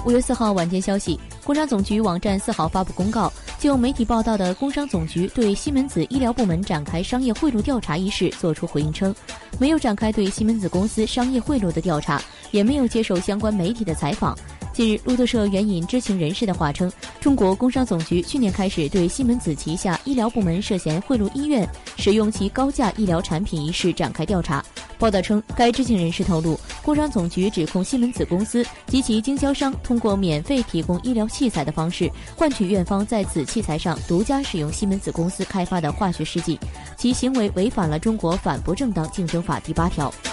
5月4号晚间消息，工商总局网站4号发布公告，就媒体报道的工商总局对西门子医疗部门展开商业贿赂调查一事作出回应称，没有展开对西门子公司商业贿赂的调查，也没有接受相关媒体的采访。近日，路透社援引知情人士的话称，中国工商总局去年开始对西门子旗下医疗部门涉嫌贿赂医院使用其高价医疗产品一事展开调查。报道称，该知情人士透露，工商总局指控西门子公司及其经销商通过免费提供医疗器材的方式，换取院方在此器材上独家使用西门子公司开发的化学试剂，其行为违反了中国反不正当竞争法第8条。